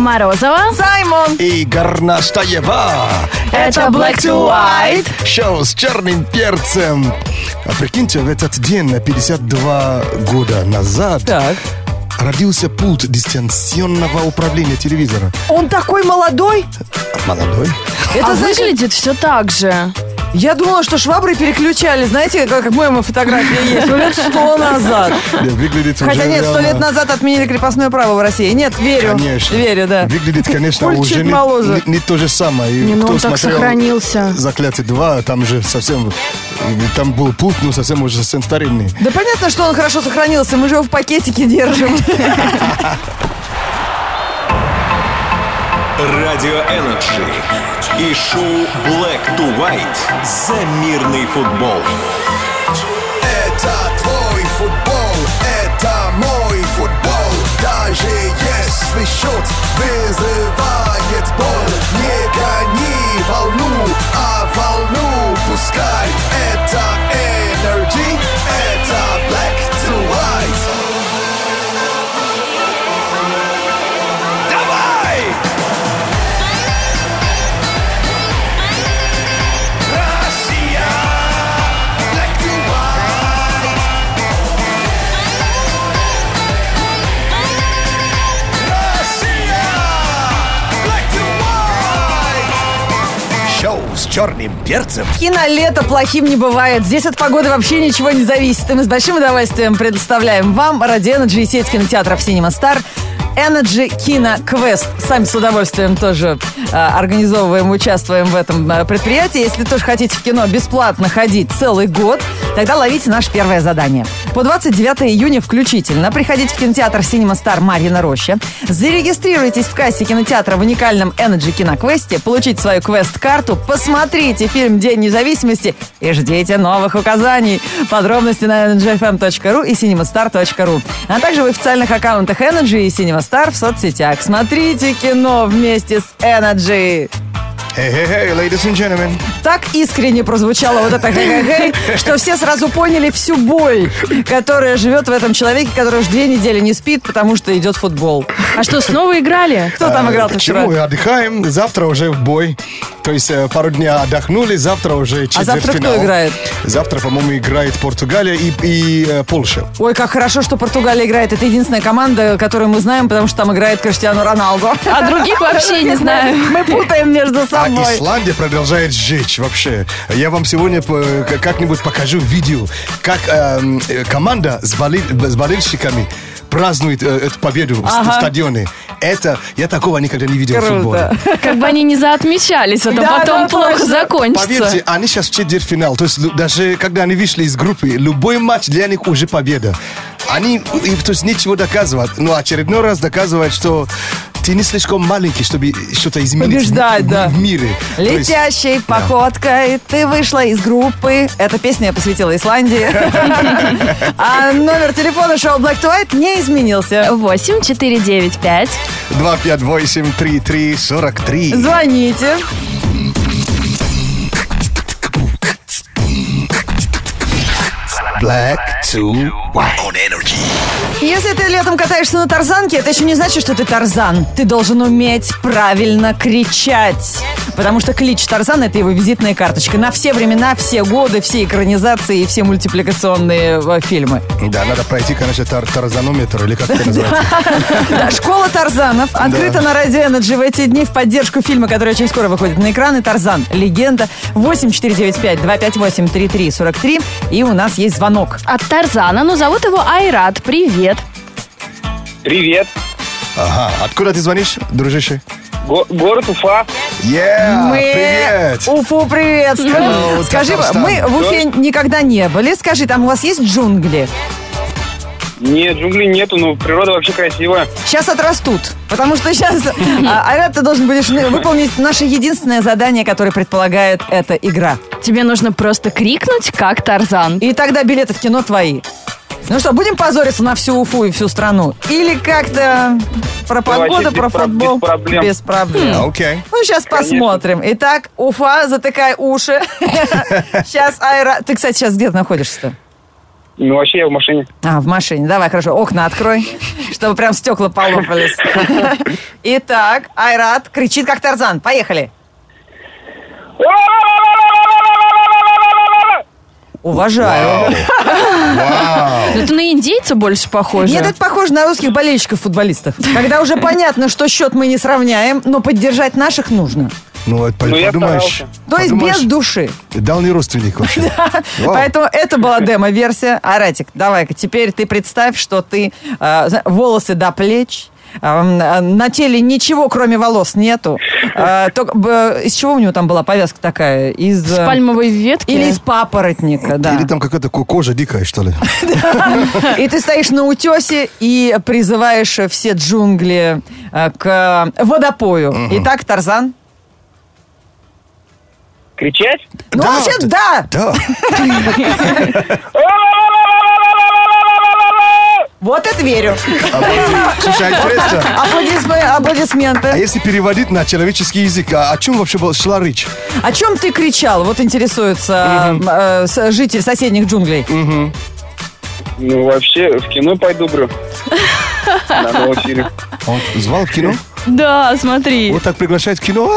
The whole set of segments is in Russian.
Морозова, Саймон и Горнаштаева. Это Black to White. Шоу с черным перцем. А прикиньте, в этот день, 52 года назад, Так. родился пульт дистанционного управления телевизора. Он такой молодой. Молодой. Это а значит, выглядит все так же. я думала, что швабры переключали. Знаете, как в моей фотографии есть, лет 100 назад. Выглядит Хотя уже нет, 100 лет реально- назад отменили крепостное право в России. Нет, верю. Конечно. Верю, да. Выглядит, конечно, Пульт уже чуть не, моложе. не то же самое. И Не, ну кто он так смотрел сохранился. «Заклятие 2», там же совсем... Там был пульт, ну, совсем старинный. Да понятно, что он хорошо сохранился. Мы же его в пакетике держим. Радио Energy и шоу Black to White за мирный футбол. Это твой футбол, это мой футбол. Даже если счет вызывает боль, не гони волну, а волну пускай. Это Energy, это Black to White. Давай! Россия! Black to White. Россия! Black to White. Шоу с черным перцем. Кинолето плохим не бывает. Здесь от погоды вообще ничего не зависит. И мы с большим удовольствием предоставляем вам ради Energy и сеть кинотеатров Cinema Star Energy Кино Квест. Сами с удовольствием тоже организовываем, участвуем в этом предприятии. Если тоже хотите в кино бесплатно ходить целый год, тогда ловите наше первое задание. По 29 июня включительно приходите в кинотеатр Cinema Star Марьина Роща, зарегистрируйтесь в кассе кинотеатра в уникальном Energy Кино Квесте, получите свою квест-карту, посмотрите фильм «День независимости» и ждите новых указаний. Подробности на energyfm.ru и cinemastar.ru. А также в официальных аккаунтах Energy и Cinema Star в соцсетях. Смотрите кино вместе с Energy. Hey, ladies and gentlemen. Так искренне прозвучало вот это хэ-хэ-хэ, что все сразу поняли всю боль, которая живет в этом человеке, который уже 2 недели не спит, потому что идет футбол. А что, снова играли? Кто там играл-то вчера? Почему? Отдыхаем, завтра уже в бой. То есть пару дней отдохнули, завтра уже А завтра четвертьфинал. кто играет? Завтра, по-моему, играет Португалия и Польша. Ой, как хорошо, что Португалия играет. Это единственная команда, которую мы знаем, потому что там играет Криштиану Роналду. А других вообще не знаю. Мы путаем между А собой. Исландия продолжает сжечь вообще. Я вам сегодня как-нибудь покажу видео, как команда с болельщиками празднует эту победу в стадионе. Это, я такого никогда не видел в футболе. Круто. Как бы они не заотмечались, а то Да, потом да, плохо точно. закончится. Поверьте, они сейчас в четвертьфинал. То есть даже когда они вышли из группы, любой матч для них уже победа. Они, то есть ничего доказывают. Но очередной раз доказывают, что ты не слишком маленький, чтобы что-то изменить Побеждать, да. в мире. То есть- Летящей походкой ты вышла из группы. Эта песня я посвятила Исландии. А номер телефона шоу Black to White не изменился. 8495 258-3343. Звоните. Black to White. On Energy. Если ты летом катаешься на тарзанке, это еще не значит, что ты Тарзан. Ты должен уметь правильно кричать. Потому что клич Тарзан — это его визитная карточка. На все времена, все годы, все экранизации и все мультипликационные фильмы. Да, надо пройти, конечно, тарзанометр, или как это называется. Да, школа Тарзанов открыта на Радио Energy в эти дни в поддержку фильма, который очень скоро выходит на экраны. Тарзан. Легенда. 8495-258-3343. И у нас есть звонок. от Тарзана. Ну, зовут его Айрат. Привет. Привет. Ага, откуда ты звонишь, дружище? Город Уфа. Привет! Уфу приветствуем. Hello, Скажи, Татарстан. мы в Уфе никогда не были. Скажи, там у вас есть джунгли? Нет, джунглей нету, но природа вообще красивая. Сейчас отрастут, потому что сейчас, Айрат, ты должен будешь выполнить наше единственное задание, которое предполагает эта игра. Тебе нужно просто крикнуть, как Тарзан. И тогда билеты в кино твои. Ну что, будем позориться на всю Уфу и всю страну? Или как-то про погоду, Давайте про без футбол? проблем. Без проблем. Окей. Ну, сейчас посмотрим. Итак, Уфа, затыкай уши. Сейчас Айрат... Ты, кстати, сейчас где ты находишься-то? Ну, вообще я в машине. В машине. Давай, хорошо, окна открой, чтобы прям стекла полопались. Итак, Айрат кричит, как Тарзан. Поехали. Уважаю. Это на индейца больше похоже. Нет, это похоже на русских болельщиков-футболистов. Когда уже понятно, что счет мы не сравняем, но поддержать наших нужно. Ну, это Ну, я подумаешь. старался. То есть подумаешь, без души. Дальний родственник вообще. Вау. Поэтому это была демо-версия. Аратик, давай-ка, теперь ты представь, что ты волосы до плеч, на теле ничего, кроме волос, нету. Из чего у него там была повязка такая? С пальмовой ветки. Или из папоротника, да. Или там какая-то кожа дикая, что ли? И ты стоишь на утесе и призываешь все джунгли к водопою. Итак, Тарзан. Кричать? Ну, Да, вообще, да. Да. Вот это верю. Слушай, интересно. А Аплодисменты. если переводить на человеческий язык, о чем вообще шла речь? О чем ты кричал? Вот интересуется житель соседних джунглей. Ну, вообще, в кино пойду, бро. На новом эфире. Он звал в кино? Да, смотри. Вот так приглашает в кино.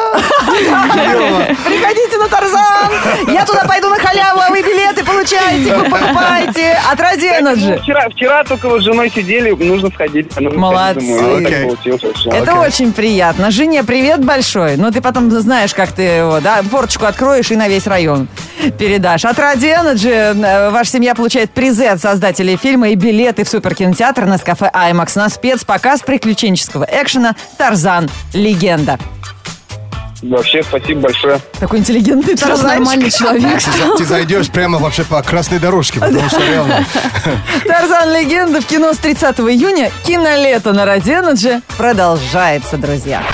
Приходите на Тарзан. Я туда пойду на халяву, а вы билеты получаете, покупайте. От Ради Energy. Вчера только вот с женой сидели, нужно сходить. Молодцы. Думаю, Окей. так получилось вообще. Это очень приятно. Жене привет большой. Но ты потом знаешь, как ты его, да, форточку откроешь и на весь район передашь. От Ради Energy ваша семья получает призы от создателей фильма и билеты в суперкинотеатр на кафе IMAX на спецпоказ приключенческого экшена «Тарзан. Легенда». Вообще, спасибо большое. Такой интеллигентный Сразу нормальный человек. Ты зайдешь прямо вообще по красной дорожке, потому что реально... «Тарзан. Легенда» в кино с 30 июня. Кинолето на Ради Energy продолжается, друзья.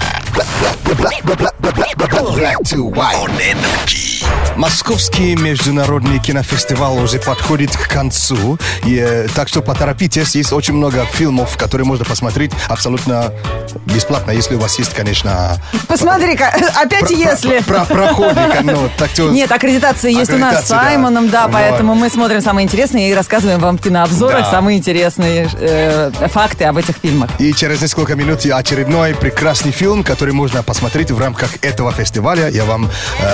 Black to white. Московский международный кинофестиваль уже подходит к концу. Так что поторопитесь. Есть очень много фильмов, которые можно посмотреть абсолютно бесплатно, если у вас есть, конечно... Посмотри-ка, опять если... Проходик. Нет, аккредитация есть у нас с Аккредитация, да. Саймоном, да, Вот. поэтому мы смотрим самые интересные и рассказываем вам в кинообзорах Да. самые интересные факты об этих фильмах. И через несколько минут очередной прекрасный фильм, который можно посмотреть в рамках этого фестиваля. Я вам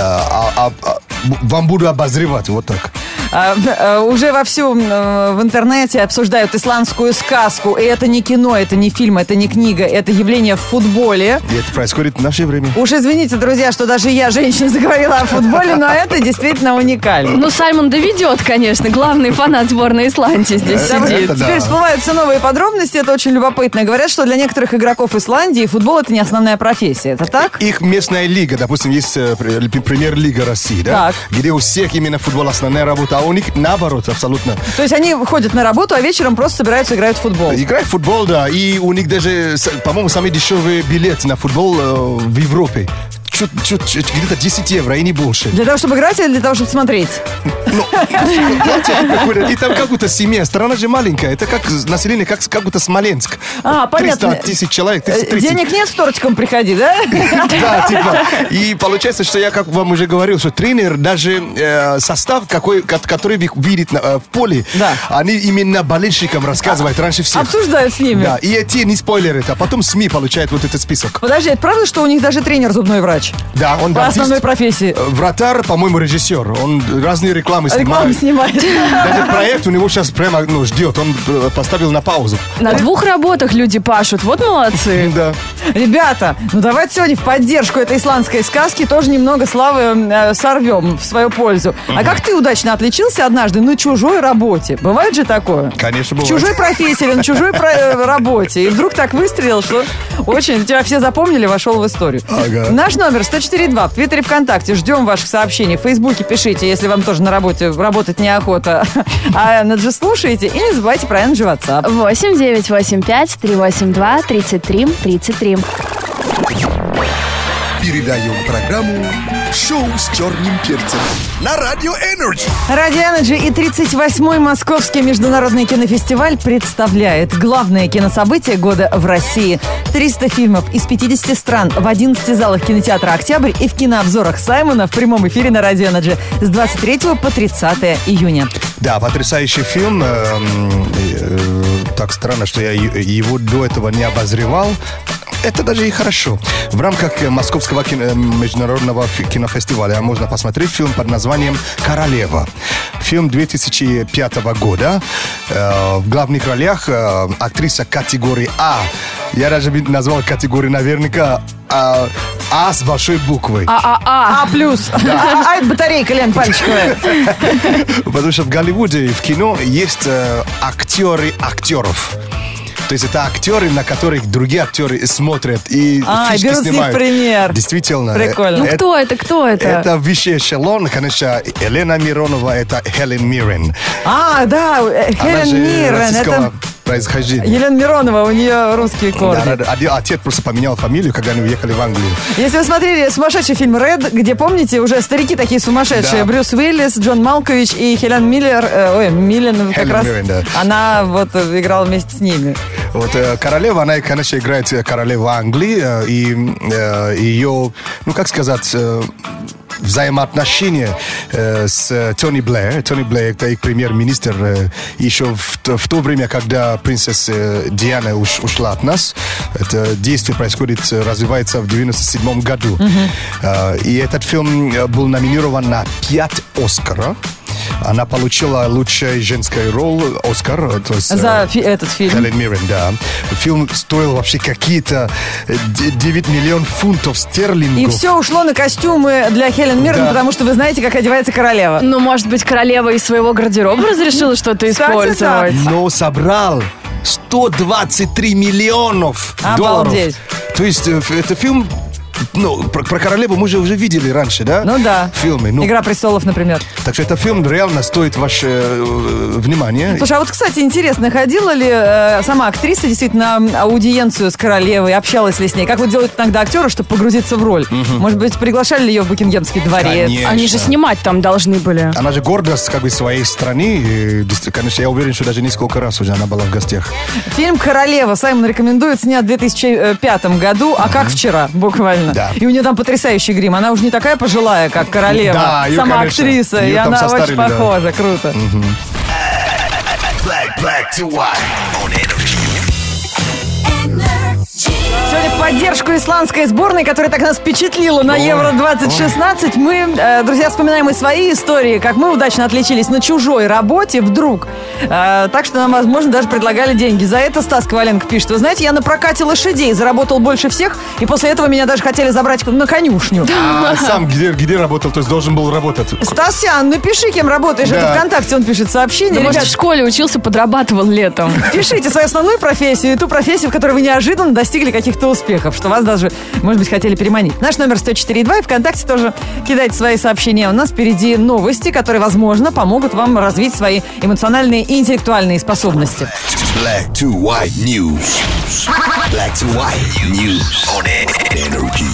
буду обозревать. Вот так. Уже вовсю в интернете обсуждают исландскую сказку. И это не кино, это не фильм, это не книга, это явление в футболе. И это происходит в наше время. Уж извините, друзья, что даже я, женщина, заговорила о футболе, но это действительно уникально. Ну, Саймон доведет, конечно. Главный фанат сборной Исландии здесь Это сидит. да. Теперь всплывают все новые подробности, это очень любопытно. Говорят, что для некоторых игроков Исландии футбол — это не основная профессия. Это так? Их местная лига, допустим, есть премьер-лига России, да? Так. Где у всех именно футбол основная работа, а у них наоборот абсолютно. То есть они ходят на работу, а вечером просто собираются играть в футбол. Играют в футбол, да, и у них даже, по-моему, самый дешевый билет на футбол в Европе. Где-то 10 евро и не больше. Для того, чтобы играть или для того, чтобы смотреть? И там как будто семья, страна же маленькая, это как население, как будто Смоленск. Понятно. 300 тысяч человек, 330. Денег нет, с тортиком приходи, да? Да, типа. И получается, что я, как вам уже говорил, что тренер, даже состав, который видит в поле, Да. они именно болельщикам рассказывают раньше всех. Обсуждают с ними. Да, и эти не спойлерят, а потом СМИ получают вот этот список. Подожди, это правда, что у них даже тренер зубной врач? Да, он По дантист. основной профессии. Вратарь, по-моему, режиссер. Он разные рекламы Рекламу снимает. снимает. Даже проект у него сейчас прямо ждет. Он поставил на паузу. На 2 работах люди пашут. Вот молодцы. Да. Ребята, ну давайте сегодня в поддержку этой исландской сказки тоже немного славы сорвем в свою пользу. А как ты удачно отличился однажды на чужой работе? Бывает же такое? Конечно, В бывает. чужой профессии или на чужой работе. И вдруг так выстрелил, что очень тебя все запомнили, вошел в историю. Ага. Наш номер 104.2 в Твиттере, ВКонтакте. Ждем ваших сообщений. В Фейсбуке пишите, если вам тоже на работе работать неохота. А Energy слушайте. И не забывайте про Energy WhatsApp. 8-985-382-33-33. Передаем программу Шоу с черным перцем на Радио Энерджи. Радио Энерджи и 38-й Московский международный кинофестиваль представляет главное кинособытие года в России. 300 фильмов из 50 стран в 11 залах кинотеатра «Октябрь» и в кинообзорах Саймона в прямом эфире на Радио Энерджи с 23 по 30 июня. Да, потрясающий фильм. Так странно, что я его до этого не обозревал. Это даже и хорошо. В рамках Московского международного кинофестиваля можно посмотреть фильм под названием «Королева». Фильм 2005 года. В главных ролях актриса категории А. Я даже назвал категорию наверняка А с большой буквой. А плюс. А это батарейка, Лен, пальчиковая. Потому что в Голливуде и в кино есть актеры актеров. То есть это актеры, на которых другие актеры смотрят и фишки берут снимают. с них пример. Действительно. Прикольно. Ну кто это, кто это? Это высший эшелон, конечно, Елена Миронова, это Хелен Миррен. Да, Хелен Миррен. Это происхождения. Елена Миронова, у нее русские корни. Да, отец просто поменял фамилию, когда они уехали в Англию. Если вы смотрели сумасшедший фильм «Ред», где, помните, уже старики такие сумасшедшие, Да. Брюс Уиллис, Джон Малкович и Хелен Миллен, как раз Миррен, да. она вот играла вместе с ними. Вот королева, она, конечно, играет королеву Англии, и ее, ну, как сказать, взаимоотношения с Тони Блэр. Тони Блэр — это их премьер-министр еще в то время, когда принцесса Диана ушла от нас. Это действие происходит, развивается в 97 году. И этот фильм был номинирован на 5 «Оскара». Она получила лучшую женскую роль «Оскар». То есть, За этот фильм. Хелен Миррен, да. Фильм стоил вообще какие-то 9 миллионов фунтов стерлингов. И все ушло на костюмы для Хелен Миррен, Да. потому что вы знаете, как одевается королева. Ну, может быть, королева из своего гардероба разрешила что-то Кстати, использовать. Но собрал 123 миллионов долларов. Обалдеть. То есть это фильм... Ну, про королеву мы же уже видели раньше, да? Ну да. В фильме. Ну, «Игра престолов», например. так что этот фильм реально стоит ваше внимание. Слушай, а вот, кстати, интересно, ходила ли сама актриса действительно на аудиенцию с королевой, общалась ли с ней? Как вот делают иногда актеры, чтобы погрузиться в роль? Может быть, приглашали ли ее в Букингемский дворец? Конечно. Они же снимать там должны были. Она же гордость как бы своей страны. И, конечно, я уверен, что даже несколько раз уже она была в гостях. Фильм «Королева» Саймон рекомендует, снят в 2005 году, а как вчера, буквально. Да. И у нее там потрясающий грим. Она уже не такая пожилая, как королева. Да, ее, сама конечно, актриса, ее и там она состарили, очень да. похожа. Круто. Black to white on Energy. Сегодня в поддержку исландской сборной, которая так нас впечатлила на Евро-2016, мы, друзья, вспоминаем и свои истории, как мы удачно отличились на чужой работе вдруг. Так что нам, возможно, даже предлагали деньги. За это Стас Коваленко пишет: вы знаете, я на прокате лошадей заработал больше всех, и после этого меня даже хотели забрать на конюшню. А сам где работал, то есть должен был работать? Стасян, напиши, кем работаешь. Да. Это ВКонтакте, он пишет сообщение. Да, может, Ребят, в школе учился, подрабатывал летом. пишите свою основную профессию и ту профессию, в которой вы неожиданно достигли каких-то успехов, что вас даже, может быть, хотели переманить. Наш номер 104.2, и ВКонтакте тоже кидайте свои сообщения. У нас впереди новости, которые, возможно, помогут вам развить свои эмоциональные и интеллектуальные способности. Black to white news. Black to white news on Energy.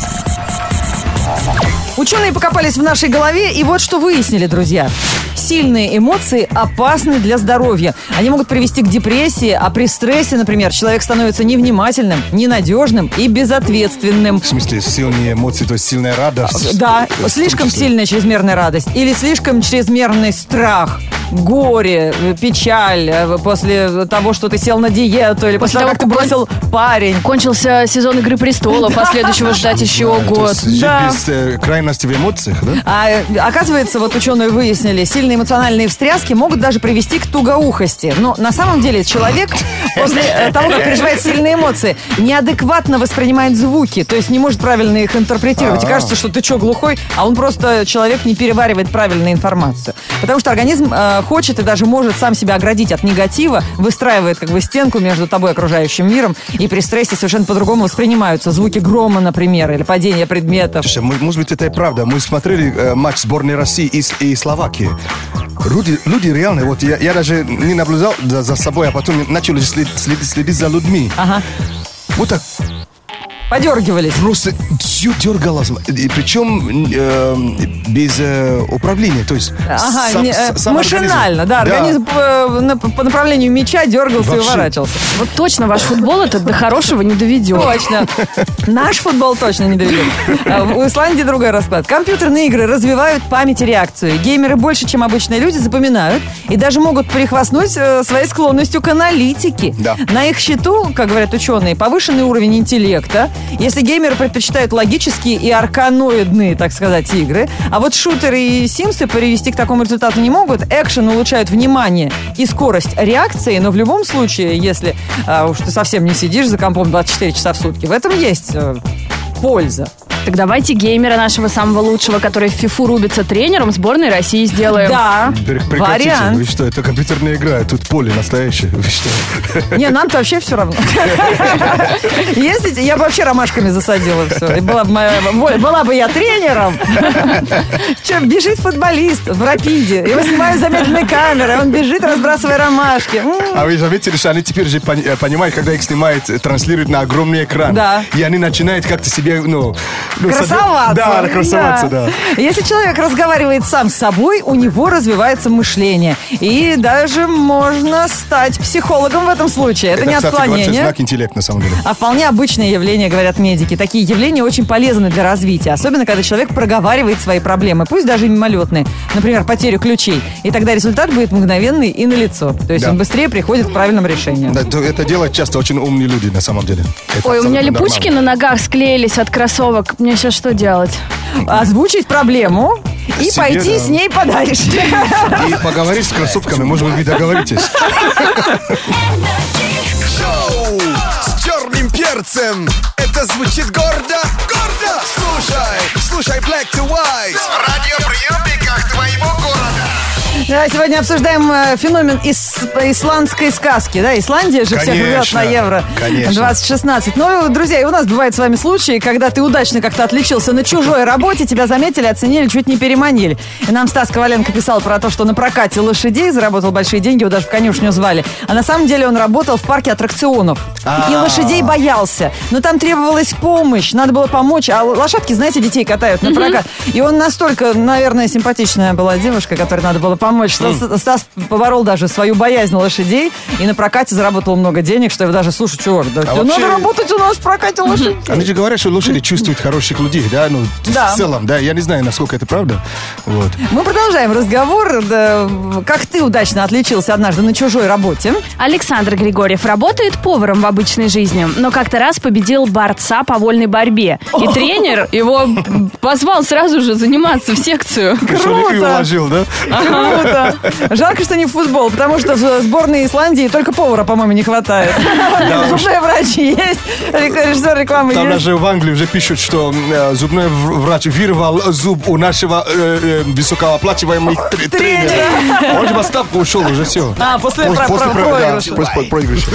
Ученые покопались в нашей голове, и вот что выяснили, друзья. Сильные эмоции опасны для здоровья. Они могут привести к депрессии, а при стрессе, например, человек становится невнимательным, ненадежным и безответственным. В смысле, сильные эмоции, то есть сильная радость? Да, В том слишком числе. сильная чрезмерная радость или слишком чрезмерный страх, горе, печаль после того, что ты сел на диету, или после того, как ты бросил парень. Кончился сезон «Игры престолов», а следующего ждать еще Да, то год. есть жить Да. без крайности в эмоциях, да? А оказывается, вот ученые выяснили, сильные эмоциональные встряски могут даже привести к тугоухости. Но на самом деле человек после того, как переживает сильные эмоции, неадекватно воспринимает звуки, то есть не может правильно их интерпретировать. И кажется, что ты что, глухой? А он просто, человек не переваривает правильную информацию. Потому что организм хочет и даже может сам себя оградить от негатива, выстраивает как бы стенку между тобой и окружающим миром, и при стрессе совершенно по-другому воспринимаются звуки грома, например, или падения предметов. Слушай, может быть, это и правда. Мы смотрели матч сборной России и Словакии. Люди реально, вот я даже не наблюдал за собой, а потом начал следить за людьми. Ага. Вот так. подергивались. Просто все дергалось. Причем без управления. То есть сам машинально, да. Организм по направлению мяча дергался и уворачивался. Вот точно ваш футбол этот до хорошего не доведет. Точно. Наш футбол точно не доведет. У Исландии другой расклад. Компьютерные игры развивают память и реакцию. Геймеры больше, чем обычные люди, запоминают и даже могут прихвастнуть своей склонностью к аналитике. Да. На их счету, как говорят ученые, повышенный уровень интеллекта. Если геймеры предпочитают логические и арканоидные, так сказать, игры, а вот шутеры и симсы привести к такому результату не могут, экшен улучшает внимание и скорость реакции, но в любом случае, если уж ты совсем не сидишь за компом 24 часа в сутки, в этом есть польза. Так давайте геймера нашего самого лучшего, который в фифу рубится тренером, сборной России сделаем. Да, Прекратите. вариант. Вы что, это компьютерная игра, тут поле настоящее. Вы что? Не, нам-то вообще все равно. Если я бы вообще ромашками засадила все. И была бы я тренером. Че, бежит футболист в рапиде. Его снимают замедленной камерой. Он бежит, разбрасывая ромашки. А вы заметили, что они теперь же понимают, когда их снимают, транслируют на огромный экран. Да. И они начинают как-то себе, красоваться. Да, красоваться, да. Если человек разговаривает сам с собой, у него развивается мышление. И даже можно стать психологом в этом случае. Это не кстати, отклонение. знак интеллекта, на самом деле. А вполне обычное явление, говорят медики. Такие явления очень полезны для развития. Особенно, когда человек проговаривает свои проблемы, пусть даже мимолетные. Например, потерю ключей. И тогда результат будет мгновенный и налицо. То есть он быстрее приходит к правильным решениям. Да, это делают часто очень умные люди, на самом деле. Это Ой, у меня абсолютно липучки нормально. на ногах склеились от кроссовок. Мне сейчас что делать? Озвучить проблему и Себе, пойти да. с ней подальше. И поговорить с кроссовками, может быть, вы договоритесь. Шоу с черным перцем. Это звучит гордо, гордо. Слушай Black to White в радиоприемниках твоего города. Да, сегодня обсуждаем феномен исландской сказки. Да, Исландия же всех рвет на Евро 2016. Но, друзья, и у нас бывают с вами случаи, когда ты удачно как-то отличился на чужой работе, тебя заметили, оценили, чуть не переманили. И нам Стас Коваленко писал про то, что на прокате лошадей заработал большие деньги, его даже в конюшню звали. А на самом деле он работал в парке аттракционов. И лошадей боялся. Но там требовалась помощь, надо было помочь. А лошадки, знаете, детей катают на прокат. И он настолько, наверное, симпатичная была девушка, которой надо было помочь, что Стас поборол даже свою боязнь лошадей и на прокате заработал много денег, что его даже, слушай, чувак, надо работать у нас в прокате лошадей. Они же говорят, что лошади чувствуют хороших людей, да, в целом, да, я не знаю, насколько это правда. Вот. Мы продолжаем разговор. Да, как ты удачно отличился однажды на чужой работе? Александр Григорьев работает поваром в обычной жизни, но как-то раз победил борца по вольной борьбе. И тренер его позвал сразу же заниматься в секцию. Пришел и уложил, да? Круто. Жалко, что не в футбол, потому что в сборной Исландии только повара, по-моему, не хватает. Зубные врачи есть, режиссер рекламы Там есть. даже в Англии уже пишут, что зубной врач вырвал зуб у нашего высокооплачиваемого тренера. Он же в отставку ушел, уже все. После проигрыша. После проигрыша.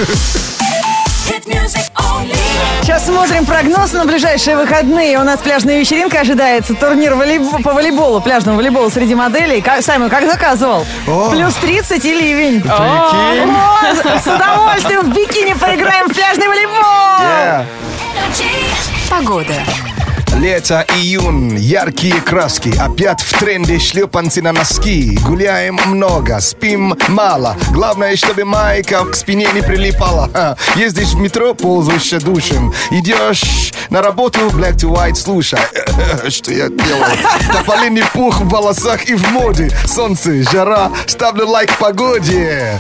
Сейчас смотрим прогноз на ближайшие выходные. У нас пляжная вечеринка ожидается. Турнир по волейболу, пляжному волейболу среди моделей. Саймон, как заказывал? Плюс 30 и ливень. С удовольствием в бикини поиграем в пляжный волейбол. Погода. Лето, июнь, яркие краски. Опять в тренде шлепанцы на носки. Гуляем много, спим мало. Главное, чтобы майка к спине не прилипала. Ездишь в метро, пользуешься душем. Идешь на работу, Black to White, слушай. Что я делаю? Тополиный пух в волосах и в моде. Солнце, жара, ставлю лайк погоде.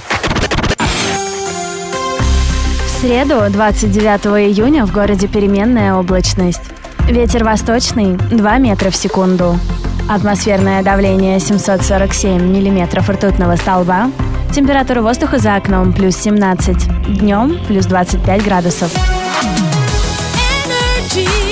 В среду, 29 июня, в городе переменная облачность. Ветер восточный 2 метра в секунду. Атмосферное давление 747 миллиметров ртутного столба. Температура воздуха за окном плюс 17. Днем плюс 25 градусов. Energy.